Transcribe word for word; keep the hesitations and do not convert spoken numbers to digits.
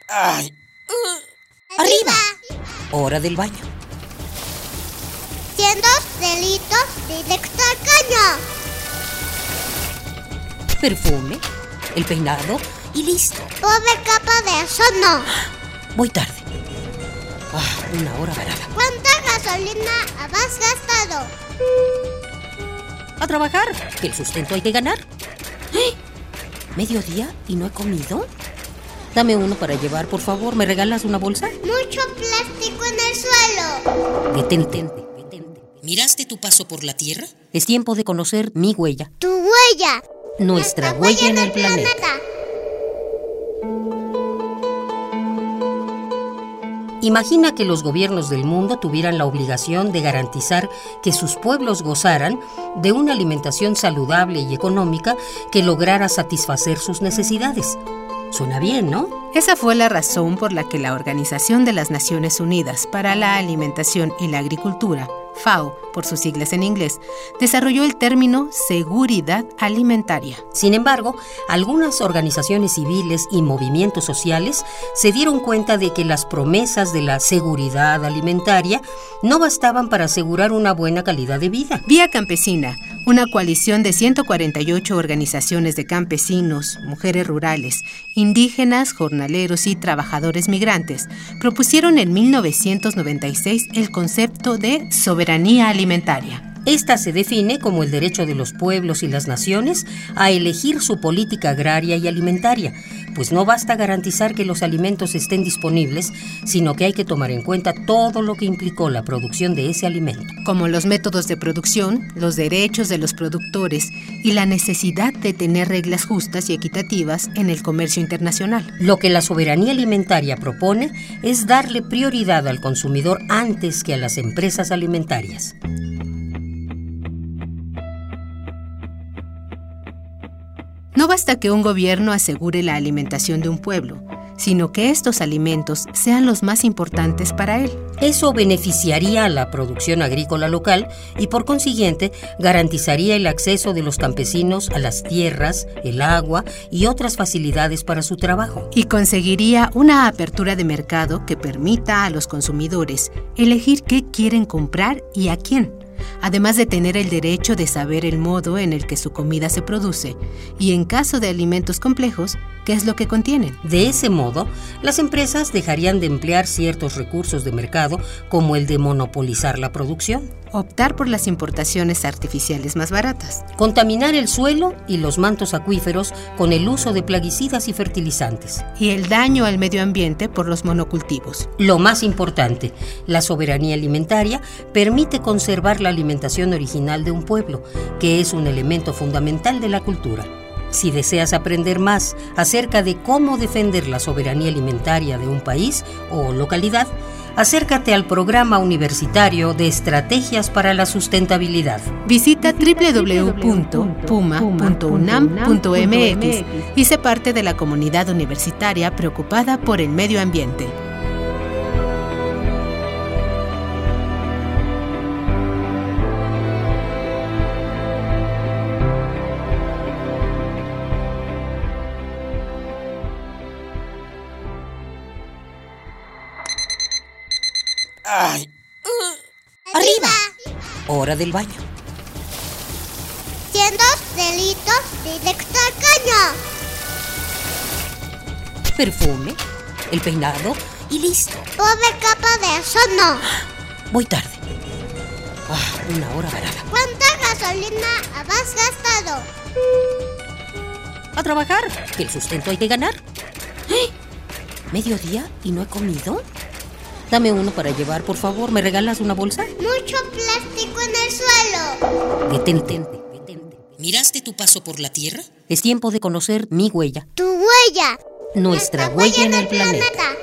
¡Ay! Uh, ¡Arriba! Hora del baño. Siendo delitos directo al caño. Perfume, el peinado y listo. Pobre capa de eso no. Voy tarde. Ah, una hora varada. ¿Cuánta gasolina has gastado? A trabajar, que el sustento hay que ganar. ¿Eh? ¿Mediodía y no he comido? Dame uno para llevar, por favor. ¿Me regalas una bolsa? Mucho plástico en el suelo. Detente, detente. ¿Miraste tu paso por la Tierra? Es tiempo de conocer mi huella. Tu huella. Nuestra huella en el planeta. Imagina que los gobiernos del mundo tuvieran la obligación de garantizar que sus pueblos gozaran de una alimentación saludable y económica que lograra satisfacer sus necesidades. Suena bien, ¿no? Esa fue la razón por la que la Organización de las Naciones Unidas para la Alimentación y la Agricultura, FAO, por sus siglas en inglés, desarrolló el término seguridad alimentaria. Sin embargo, algunas organizaciones civiles y movimientos sociales se dieron cuenta de que las promesas de la seguridad alimentaria no bastaban para asegurar una buena calidad de vida. Vía Campesina, una coalición de ciento cuarenta y ocho organizaciones de campesinos, mujeres rurales, indígenas, jornaleros y trabajadores migrantes, propusieron en mil novecientos noventa y seis el concepto de soberanía alimentaria. Esta se define como el derecho de los pueblos y las naciones a elegir su política agraria y alimentaria, pues no basta garantizar que los alimentos estén disponibles, sino que hay que tomar en cuenta todo lo que implicó la producción de ese alimento. Como los métodos de producción, los derechos de los productores y la necesidad de tener reglas justas y equitativas en el comercio internacional. Lo que la soberanía alimentaria propone es darle prioridad al consumidor antes que a las empresas alimentarias. No basta que un gobierno asegure la alimentación de un pueblo, sino que estos alimentos sean los más importantes para él. Eso beneficiaría a la producción agrícola local y, por consiguiente, garantizaría el acceso de los campesinos a las tierras, el agua y otras facilidades para su trabajo. Y conseguiría una apertura de mercado que permita a los consumidores elegir qué quieren comprar y a quién, además de tener el derecho de saber el modo en el que su comida se produce y, en caso de alimentos complejos, qué es lo que contienen. De ese modo, las empresas dejarían de emplear ciertos recursos de mercado, como el de monopolizar la producción. Optar por las importaciones artificiales más baratas. Contaminar el suelo y los mantos acuíferos con el uso de plaguicidas y fertilizantes. Y el daño al medio ambiente por los monocultivos. Lo más importante, la soberanía alimentaria permite conservar la alimentación original de un pueblo, que es un elemento fundamental de la cultura. Si deseas aprender más acerca de cómo defender la soberanía alimentaria de un país o localidad, acércate al programa universitario de Estrategias para la Sustentabilidad. Visita doble u doble u doble u punto puma punto unam punto m x y sé parte de la comunidad universitaria preocupada por el medio ambiente. ¡Ay! Uh, ¡Arriba! Hora del baño. Siendo delitos directo al caño. Perfume, el peinado y listo. Pobre capa de eso no. Voy tarde. Ah, una hora varada. ¿Cuánta gasolina has gastado? A trabajar, que el sustento hay que ganar. ¿Eh? ¿Mediodía y no he comido? Dame uno para llevar, por favor. ¿Me regalas una bolsa? Mucho plástico en el suelo. Detente, detente. ¿Miraste tu paso por la Tierra? Es tiempo de conocer mi huella. Tu huella. Nuestra, Nuestra huella, huella en el planeta. planeta.